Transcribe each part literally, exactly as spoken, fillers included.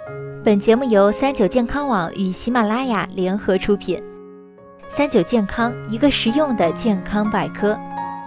本节目由三九健康网与喜马拉雅联合出品。三九健康，一个实用的健康百科。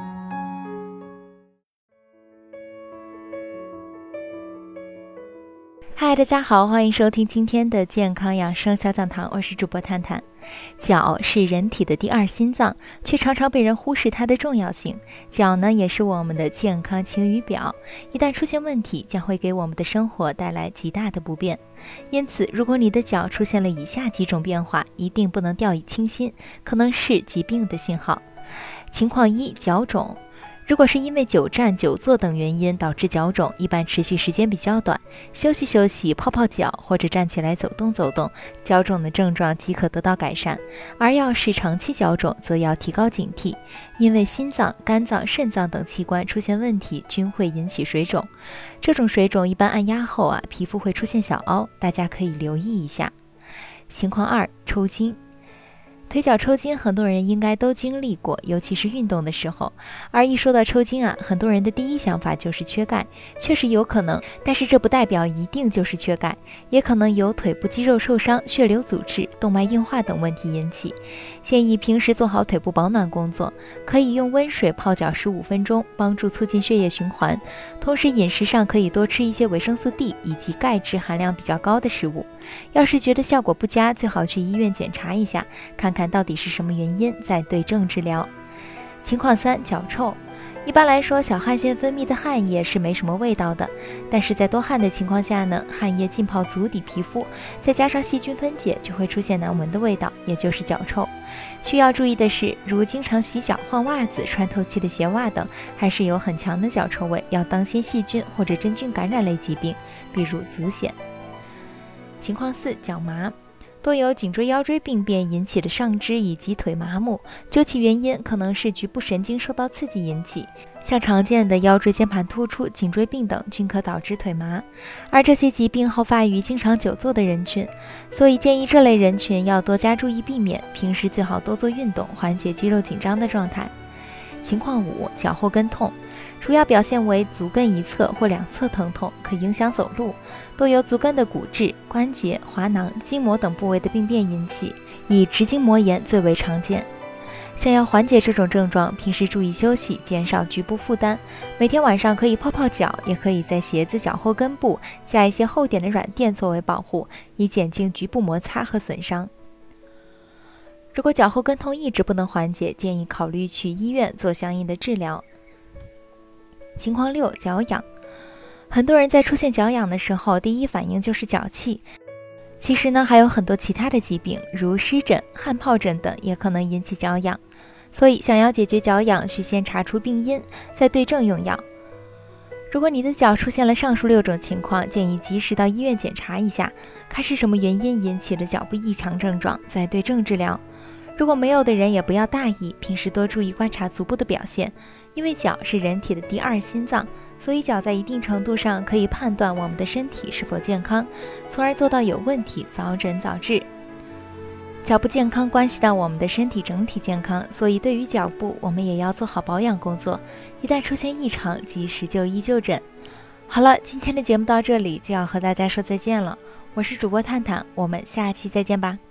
嗨，大家好，欢迎收听今天的健康养生小讲堂，我是主播探探。脚是人体的第二心脏，却常常被人忽视它的重要性。脚呢，也是我们的健康晴雨表，一旦出现问题，将会给我们的生活带来极大的不便。因此，如果你的脚出现了以下几种变化，一定不能掉以轻心，可能是疾病的信号。情况一，脚肿。如果是因为久站、久坐等原因导致脚肿，一般持续时间比较短，休息休息、泡泡脚或者站起来走动走动，脚肿的症状即可得到改善。而要是长期脚肿，则要提高警惕，因为心脏、肝脏、肾脏等器官出现问题，均会引起水肿。这种水肿一般按压后啊，皮肤会出现小凹，大家可以留意一下。情况二，抽筋。腿脚抽筋，很多人应该都经历过，尤其是运动的时候。而一说到抽筋啊，很多人的第一想法就是缺钙，确实有可能，但是这不代表一定就是缺钙，也可能由腿部肌肉受伤、血流阻滞、动脉硬化等问题引起。建议平时做好腿部保暖工作，可以用温水泡脚十五分钟，帮助促进血液循环。同时饮食上可以多吃一些维生素 D 以及钙质含量比较高的食物。要是觉得效果不佳，最好去医院检查一下，看看到底是什么原因，再对症治疗。情况三，脚臭。一般来说，小汗腺分泌的汗液是没什么味道的，但是在多汗的情况下呢，汗液浸泡足底皮肤，再加上细菌分解，就会出现难闻的味道，也就是脚臭。需要注意的是，如经常洗脚、换袜子、穿透气的鞋袜等，还是有很强的脚臭味，要当心细菌或者真菌感染类疾病，比如足癣。情况四，脚麻。多由颈椎腰椎病变引起的上肢以及腿麻木，究其原因可能是局部神经受到刺激引起，像常见的腰椎间盘突出、颈椎病等均可导致腿麻。而这些疾病好发于经常久坐的人群，所以建议这类人群要多加注意避免，平时最好多做运动，缓解肌肉紧张的状态。情况五，脚后跟痛。主要表现为足跟一侧或两侧疼痛，可影响走路，多由足跟的骨质、关节、滑囊、筋膜等部位的病变引起，以直筋膜炎最为常见。想要缓解这种症状，平时注意休息，减少局部负担。每天晚上可以泡泡脚，也可以在鞋子脚后跟部加一些厚点的软垫作为保护，以减轻局部摩擦和损伤。如果脚后跟痛一直不能缓解，建议考虑去医院做相应的治疗。情况六，脚痒。很多人在出现脚痒的时候，第一反应就是脚气。其实呢，还有很多其他的疾病，如湿疹、汗疱疹等，也可能引起脚痒。所以，想要解决脚痒，需先查出病因，再对症用药。如果你的脚出现了上述六种情况，建议及时到医院检查一下，看是什么原因引起的脚部异常症状，再对症治疗。如果没有的人也不要大意，平时多注意观察足部的表现，因为脚是人体的第二心脏，所以脚在一定程度上可以判断我们的身体是否健康，从而做到有问题早诊早治。脚部健康关系到我们的身体整体健康，所以对于脚部我们也要做好保养工作，一旦出现异常及时就医就诊。好了，今天的节目到这里就要和大家说再见了，我是主播探探，我们下期再见吧。